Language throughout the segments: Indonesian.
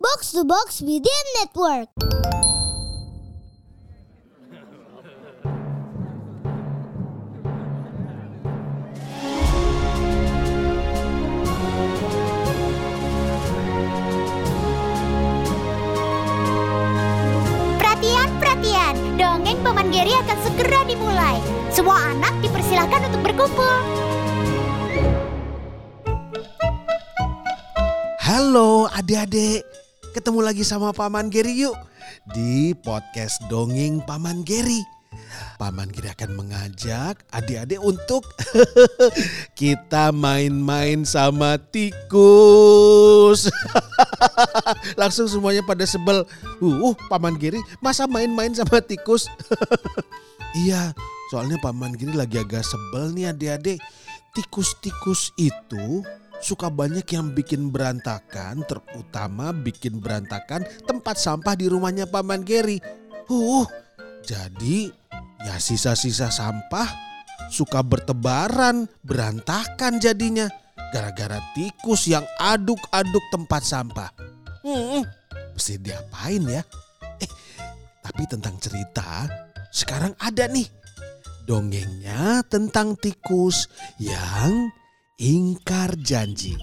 Box to Box Media Network. Perhatian, dongeng Paman Geri akan segera dimulai. Semua anak dipersilakan untuk berkumpul. Halo adik-adik, ketemu lagi sama Paman Geri yuk di podcast Dongeng Paman Geri. Paman Geri akan mengajak adik-adik untuk kita main-main sama tikus. Langsung semuanya pada sebel. Paman Geri masa main-main sama tikus? Iya, soalnya Paman Geri lagi agak sebel nih adik-adik. Tikus-tikus itu suka banyak yang bikin berantakan, terutama bikin berantakan tempat sampah di rumahnya Paman Geri. Jadi ya sisa-sisa sampah suka bertebaran, berantakan jadinya. Gara-gara tikus yang aduk-aduk tempat sampah. Mesti diapain ya? Tapi tentang cerita, sekarang ada nih. Dongengnya tentang tikus yang ingkar janji.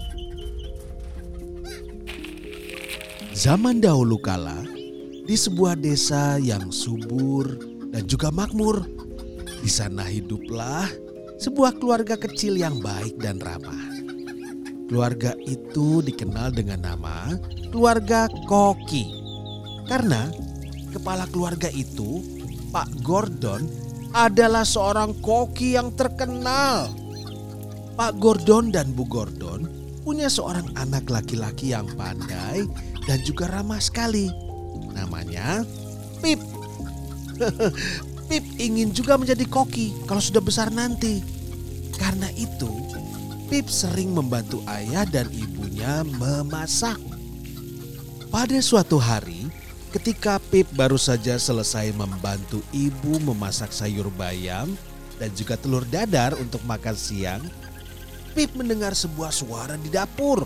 Zaman dahulu kala, di sebuah desa yang subur dan juga makmur, di sana hiduplah sebuah keluarga kecil yang baik dan ramah. Keluarga itu dikenal dengan nama keluarga Koki. Karena kepala keluarga itu, Pak Gordon, adalah seorang koki yang terkenal. Pak Gordon dan Bu Gordon punya seorang anak laki-laki yang pandai dan juga ramah sekali. Namanya Pip. Pip ingin juga menjadi koki kalau sudah besar nanti. Karena itu, Pip sering membantu ayah dan ibunya memasak. Pada suatu hari, ketika Pip baru saja selesai membantu ibu memasak sayur bayam dan juga telur dadar untuk makan siang, Pip mendengar sebuah suara di dapur.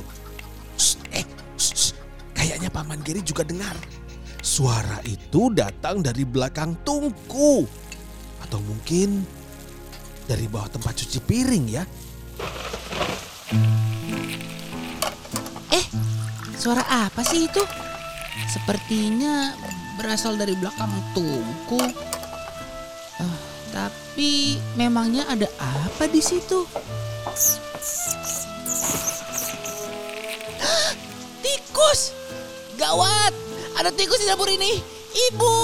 Kayaknya Paman Geri juga dengar. Suara itu datang dari belakang tungku. Atau mungkin dari bawah tempat cuci piring ya. Suara apa sih itu? Sepertinya berasal dari belakang tungku. Tapi memangnya ada apa di situ? Tikus! Gawat! Ada tikus di dapur ini! Ibu!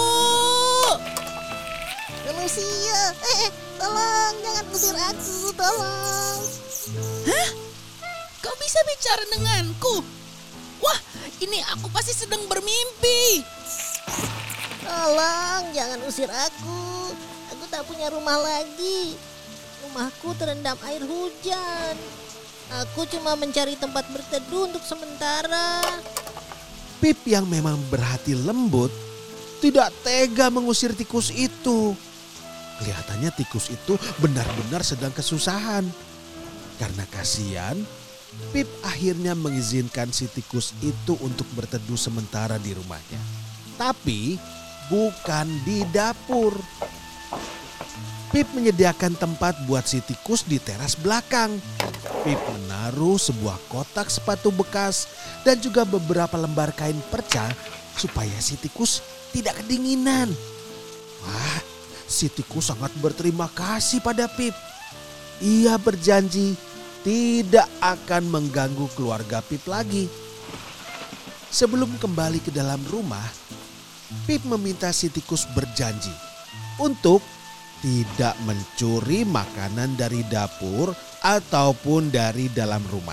Manusia, tolong jangan usir aku, tolong. Hah? Kau bisa bicara denganku? Wah, ini aku pasti sedang bermimpi. Tolong jangan usir aku. Aku tak punya rumah lagi. Rumahku terendam air hujan. Aku cuma mencari tempat berteduh untuk sementara. Pip yang memang berhati lembut tidak tega mengusir tikus itu. Kelihatannya tikus itu benar-benar sedang kesusahan. Karena kasihan, Pip akhirnya mengizinkan si tikus itu untuk berteduh sementara di rumahnya. Tapi bukan di dapur. Pip menyediakan tempat buat si tikus di teras belakang. Pip menaruh sebuah kotak sepatu bekas dan juga beberapa lembar kain perca supaya si tikus tidak kedinginan. Wah, si tikus sangat berterima kasih pada Pip. Ia berjanji tidak akan mengganggu keluarga Pip lagi. Sebelum kembali ke dalam rumah, Pip meminta si tikus berjanji untuk tidak mencuri makanan dari dapur ataupun dari dalam rumah.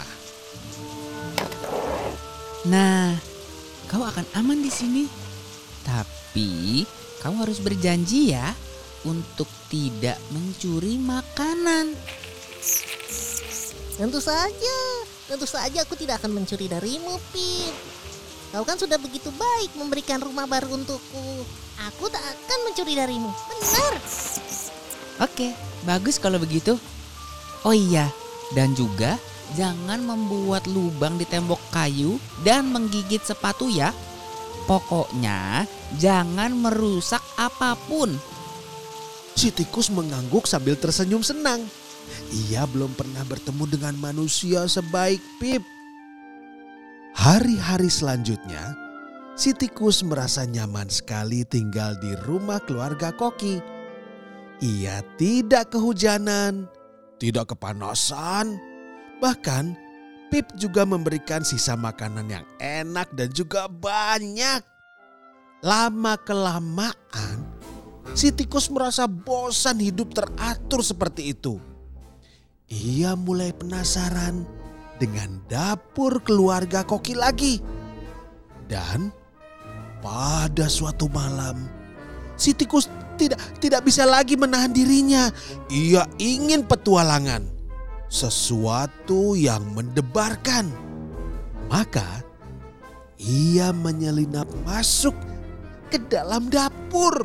Nah, kau akan aman di sini. Tapi kau harus berjanji ya untuk tidak mencuri makanan. Tentu saja aku tidak akan mencuri darimu, Pip. Kau kan sudah begitu baik memberikan rumah baru untukku. Aku tak akan mencuri darimu, benar. Oke, bagus kalau begitu. Oh iya, dan juga jangan membuat lubang di tembok kayu dan menggigit sepatu ya. Pokoknya jangan merusak apapun. Si tikus mengangguk sambil tersenyum senang. Ia belum pernah bertemu dengan manusia sebaik Pip. Hari-hari selanjutnya, si tikus merasa nyaman sekali tinggal di rumah keluarga Koki. Ia tidak kehujanan, tidak kepanasan. Bahkan Pip juga memberikan sisa makanan yang enak dan juga banyak. Lama-kelamaan, si tikus merasa bosan hidup teratur seperti itu. Ia mulai penasaran dengan dapur keluarga Koki lagi. Dan pada suatu malam, si tikus tidak bisa lagi menahan dirinya. Ia ingin petualangan, sesuatu yang mendebarkan. Maka ia menyelinap masuk ke dalam dapur.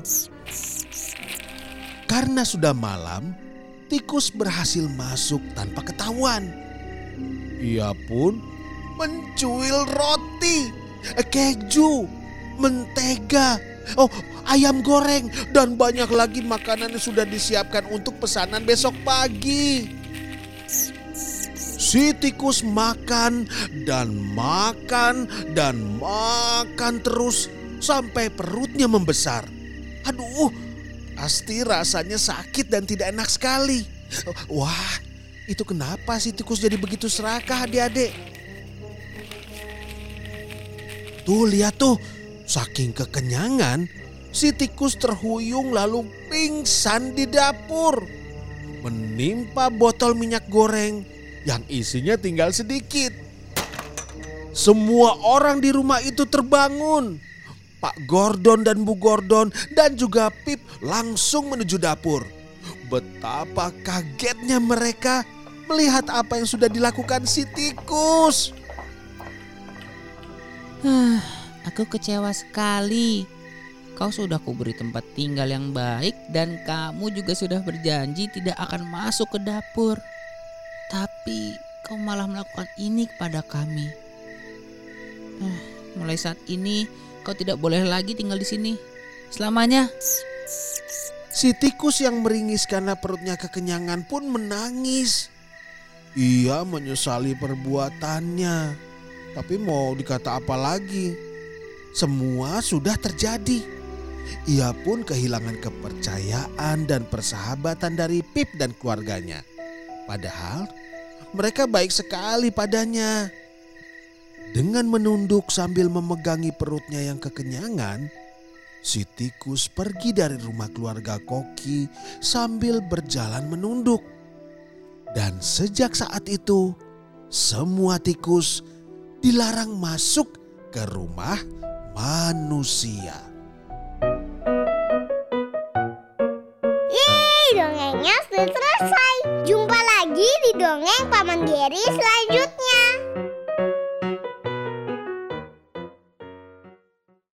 Karena sudah malam, tikus berhasil masuk tanpa ketahuan. Ia pun mencuil roti, keju, mentega, ayam goreng, dan banyak lagi makanan yang sudah disiapkan untuk pesanan besok pagi. Si tikus makan dan makan dan makan terus sampai perutnya membesar. Aduh, pasti rasanya sakit dan tidak enak sekali. Wah, itu kenapa si tikus jadi begitu serakah, adik-adik? Tuh, lihat tuh, saking kekenyangan, si tikus terhuyung lalu pingsan di dapur. Menimpa botol minyak goreng yang isinya tinggal sedikit. Semua orang di rumah itu terbangun. Pak Gordon dan Bu Gordon dan juga Pip langsung menuju dapur. Betapa kagetnya mereka melihat apa yang sudah dilakukan si tikus. Aku kecewa sekali. Kau sudah kuberi tempat tinggal yang baik dan kamu juga sudah berjanji tidak akan masuk ke dapur. Tapi kau malah melakukan ini kepada kami. Mulai saat ini kau tidak boleh lagi tinggal di sini selamanya. Si tikus yang meringis karena perutnya kekenyangan pun menangis. Ia menyesali perbuatannya. Tapi mau dikata apa lagi? Semua sudah terjadi. Ia pun kehilangan kepercayaan dan persahabatan dari Pip dan keluarganya. Padahal mereka baik sekali padanya. Dengan menunduk sambil memegangi perutnya yang kekenyangan, si tikus pergi dari rumah keluarga Koki sambil berjalan menunduk. Dan sejak saat itu, semua tikus dilarang masuk ke rumah manusia. Yeay, dongengnya sudah selesai. Jumpa lagi di dongeng Paman Geri selanjutnya.